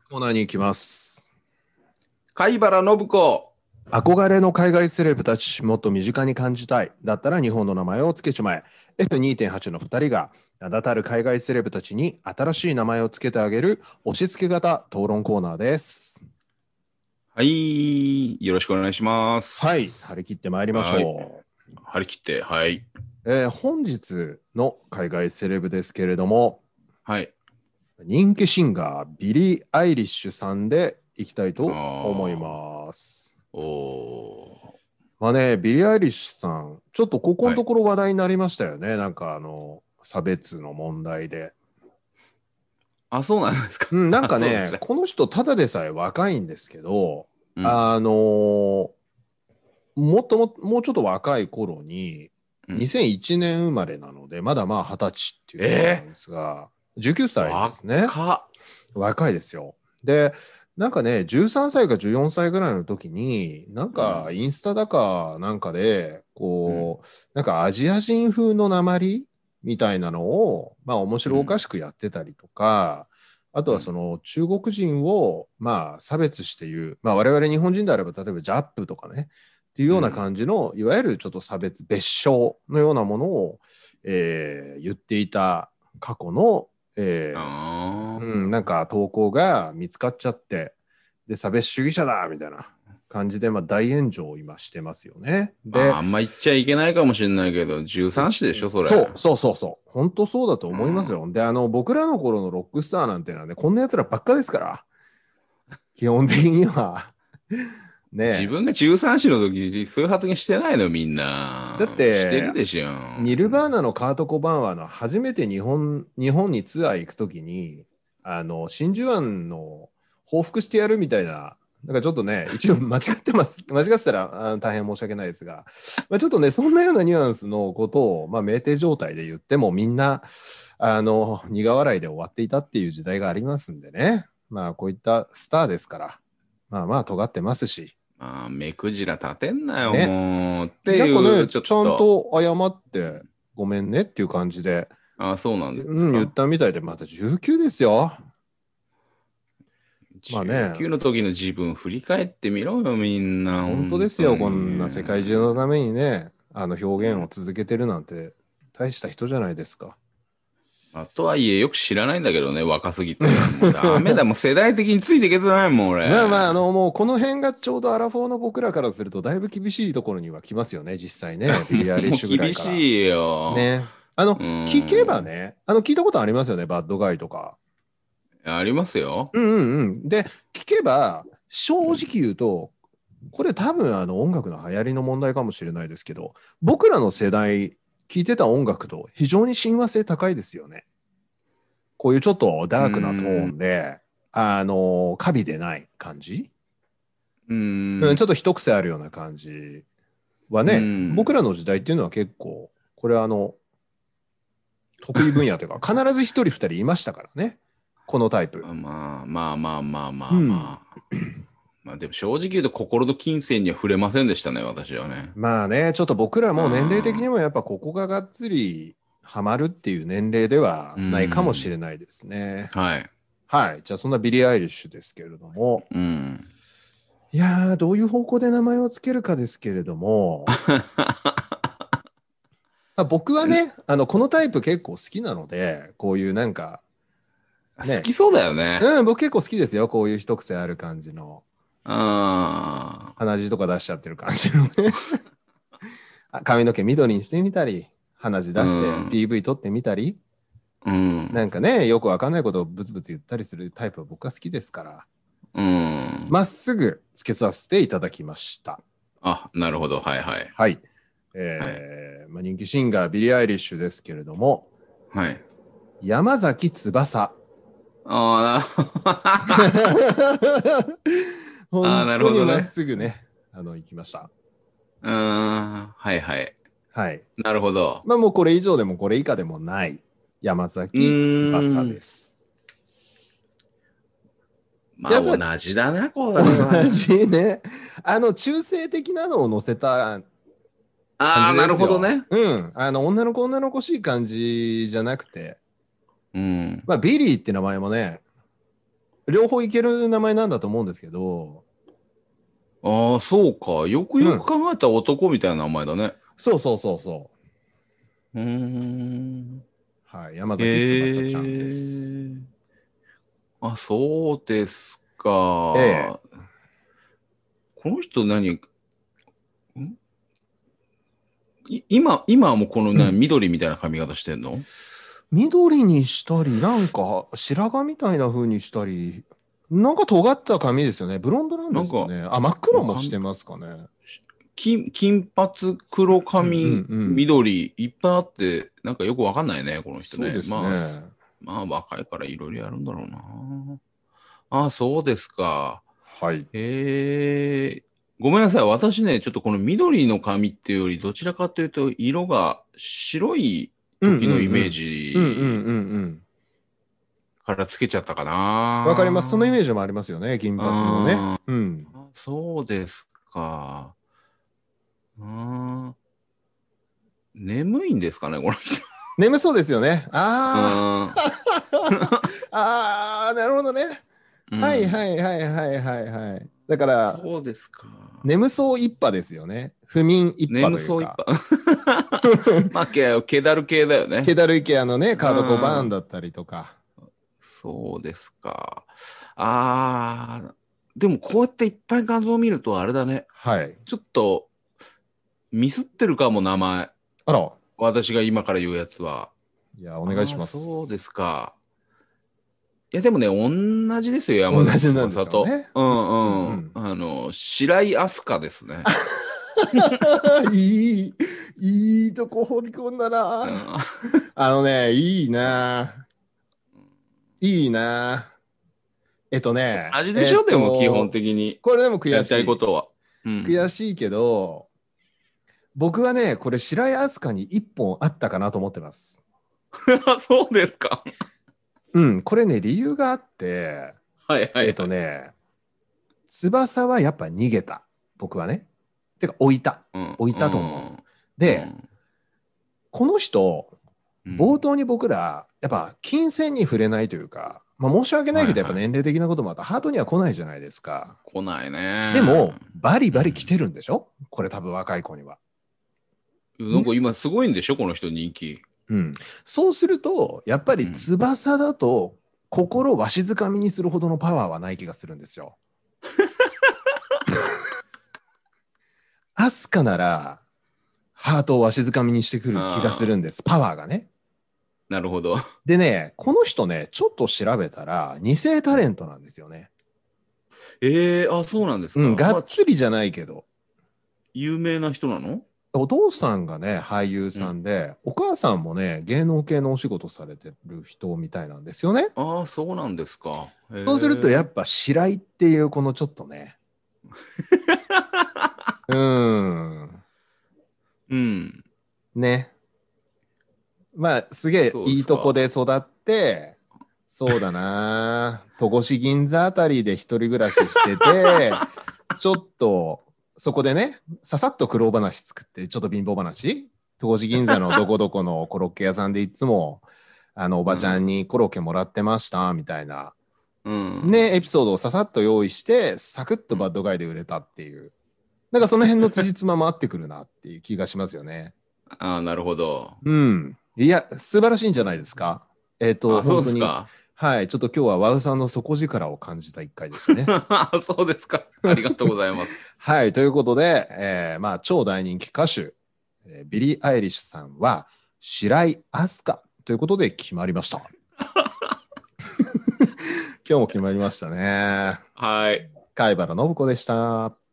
コーナーに行きます。 貝原信子。 憧れの海外セレブたち、もっと身近に感じたい。だったら日本の名前を付けちまえ。F2.8 の2人が、名だたる海外セレブたちに新しい名前を付けてあげる押し付け型討論コーナーです。 はい。よろしくお願いします。 はい、張り切ってまいりましょう。張り切って、はい。 本日の海外セレブですけれども、 はい。 人気シンガー、ビリー・アイリッシュさんでいきたいと思います。まあね、ビリー・アイリッシュさん、ちょっとここのところ話題になりましたよね。なんか差別の問題で。 あ、そうなんですか。 なんかね、この人ただでさえ若いんですけど、もうちょっと若い頃に、2001年生まれなので、まだまあ20歳っていうところなんですが、19歳ですね。若いですよ。で、なんかね、13歳か14歳ぐらいの時に、なんかインスタだかなんかで、こう、なんかアジア人風の訛みたいなのを、まあ面白おかしくやってたりとか、あとはその中国人をまあ差別して言う、まあ我々日本人であれば例えばジャップとかね、っていうような感じの、いわゆるちょっと差別、別称のようなものを、言っていた過去の、なんか投稿が見つかっちゃって、で、差別主義者だみたいな感じで、まあ、大炎上を今してますよね。で、 あんま言っちゃいけないかもしれないけど、13子でしょ、それ。 そう。本当そうだと思いますよ。で、僕らの頃のロックスターなんてのはね、こんな奴らばっかですから、基本的には。 ね、自分が13子の時、そういう発言してないの、みんな。 だって、 してるでしょ。 ニルバーナのカート・コバーンは初めて日本にツアー行くときに、真珠湾の報復してやるみたいな、なんかちょっとね、一応間違ってます。間違ってたら大変申し訳ないですが、まあ、ちょっとね、そんなようなニュアンスのことを、まあ、酩酊状態で言ってもみんな、苦笑いで終わっていたっていう時代がありますんでね。まあ、こういったスターですから、まあまあ、尖ってますし。 目くじら立てんなよ、 ね、 もう。っていう、 なんかね、 ちょっと。 ちゃんと謝ってごめんねっていう感じで、 そうなんですか。 言ったみたいで、また19ですよ。 まあね。19の時の自分振り返ってみろよ、みんな。 本当ですよ、こんな世界中のためにね、表現を続けてるなんて、大した人じゃないですか。 とはいえ、よく知らないんだけどね、若すぎて。もうダメだ、もう世代的についていけてないもん、俺。 まあ、もうこの辺がちょうどアラフォーの僕らからすると、だいぶ厳しいところには来ますよね、実際ね、ビリー・アイリッシュぐらいから。 もう厳しいよ。 ね。聞けばね、聞いたことありますよね、バッドガイとか。 ありますよ。 で、聞けば、正直言うと、これ多分音楽の流行りの問題かもしれないですけど、僕らの世代聴いてた音楽と非常に親和性高いですよね。こういうちょっとダークなトーンで、カビでない感じ、ちょっと一癖あるような感じはね、僕らの時代っていうのは結構、これ得意分野というか、必ず一人二人いましたからね。このタイプ。 まあでも正直言うと心の金銭には触れませんでしたね、私はね。 まあね、ちょっと僕らも年齢的にもやっぱここががっつりハマるっていう年齢ではないかもしれないですね。 はい。 はい。じゃあそんなビリー・アイリッシュですけれども。いやー、どういう方向で名前をつけるかですけれども。僕はね、このタイプ結構好きなので、こういうなんか、 ね、好きそうだよね。 僕結構好きですよ。こういう一癖ある感じの。鼻血とか出しちゃってる感じのね。髪の毛緑にしてみたり、鼻血出して PV 撮ってみたり、なんかね、よくわかんないことをブツブツ言ったりするタイプは僕は好きですから、まっすぐつけさせていただきました。 なるほど。はいはい。 はい。人気シンガー、ビリー・アイリッシュですけれども、 はい。 山崎翼。 な本当にまっすぐね、行きました。 はいはい。 はい。 なるほど。 まあもうこれ以上でもこれ以下でもない山崎翼です。 まあ同じだな、これは。 同じね。中性的なのを載せた感じですよ。 なるほどね。 女の子しい感じじゃなくて、まあビリーって名前もね、 両方いける名前なんだと思うんですけど、 ああ、そうか。よくよく考えたら男みたいな名前だね。 そうそうそうそう。 うーん。 はい、山崎翼ちゃんです。 ええ、あ、そうですええ。 か。この人何、今はもうこのね、 うん。 緑みたいな髪型してんの？ 緑にしたり、なんか白髪みたいな風にしたり、なんか尖った髪ですよね。ブロンドなんなんか、 ですかね。あ、真っ黒もし髪、 てますかね。 金髪、黒うんうん髪、 うん。 緑、いっぱいあって、なんかよくわかんないね、この人ね。 そうですね。 まあ若いからいろいろやるんだろうな。ああ、そうですか。 はい。 へえ。ごめんなさい。私ね、ちょっとこの緑の髪っていうより、どちらかというと、色が白いうん時のイメーうんうん。うんうんジうんうん。 からつけちゃったかわかります。そのイメな。 ージもありますよね。銀髪のね。 あうん。 あ、そうですか。あー、眠いんですかね、この人。 眠そうですよね。 うあん。 あ。ああ、なるほどね。 うはいはん。 いはいはいはいはい。だから、 そうですか。 眠そう一派ですよね。不眠一派と眠いうか。 そういっぱい。まあ、気だる系だよね。 気だるい系ね、 うカード5番ん。 だったりとか。 そうですか。ああ、でもこうやっていっぱい画像を見るとあれだね。 はい。 ちょっとミスってるかも、名前。 あら、 私が今から言うやつは。 いや、お願いしああ、 ます。 そうですか。いや、でもね、同じですよ、 同山崎じなんでし翼と。 ょうね。 うんうん。 うんうん。 白井飛鳥ですね。 いい、いいとこ掘り込んだな。 うん、 いいな。いいな。 同じでしょ、でも基本的に。 これでも悔しやりたいこい。 とは。うん。 悔しいけど、僕はね、これ白井飛鳥に一本あったかなと思ってます。 そうですか。 うん、これね、理由があって、 はいはえっいはい。 とね、翼はやっぱ逃げた。僕はね。てか、置いた。 うん置いうたと思う。 んで、 うんこの人、冒うん頭に僕ら、やっぱ金銭に触れないというか、まあ、申し訳ないけど、やっぱはいはい。 年齢的なこともあって、ハートには来ないじゃないですか。 来ないね。 でも、バリバリ来てうん。 るんでしょこれ多分若い子には。 なんか今すごいんでしょ、この人人気。 うん。そうすると、やっぱりうん。 翼だと、心をわしづかみにするほどのパワーはない気がするんですよ。アスカなら、ハートをわしづかみにしてくる気がすああ、 るんです。パワーがね。 なるほど。 でね、この人ね、ちょっと調べたら、二世タレントなんですよね。 あ、そうなんですうん、 か。 がっまあ、 つりじゃないけど。 有名な人なの？ お父さんがね、俳優うん。 さんで、お母さんもね、芸能系のお仕事されてる人みたいなんですよね。 ああ、そうなんですか。へそうすると、やえ。 っぱ白井っていう、このちょっとね、うーん、 うん。 ね。まあ、すげえそうでいいとこですか。 育って、そうだな、戸越銀座あたりで一人暮らししてて、ちょっと、そこでね、ささっと苦労話作って、ちょっと貧乏話、戸越銀座のどこどこのコロッケ屋さんでいつも、おばちゃんうん。 にコロッケもらってました、みたいな、 うん。 ね、エピソードをささっと用意して、サクッとうん。 バッドガイで売れたっていう。なんかその辺の辻褄も合ってくるなっていう気がしますよね。 ああ、なるほど。 うん。いや、素晴らしいんじゃないですか。 あ、そう本当に、 ですか。 はい、ちょっと今日はワウさんの底力を感じた一回でしたね。 そうですか。ありがとうございます。 はい、ということで、まあ、超大人気歌手、ビリー・アイリッシュさんは、白井飛鳥ということで決まりました。今日も決まりましたね。 はい。 貝原信子でした。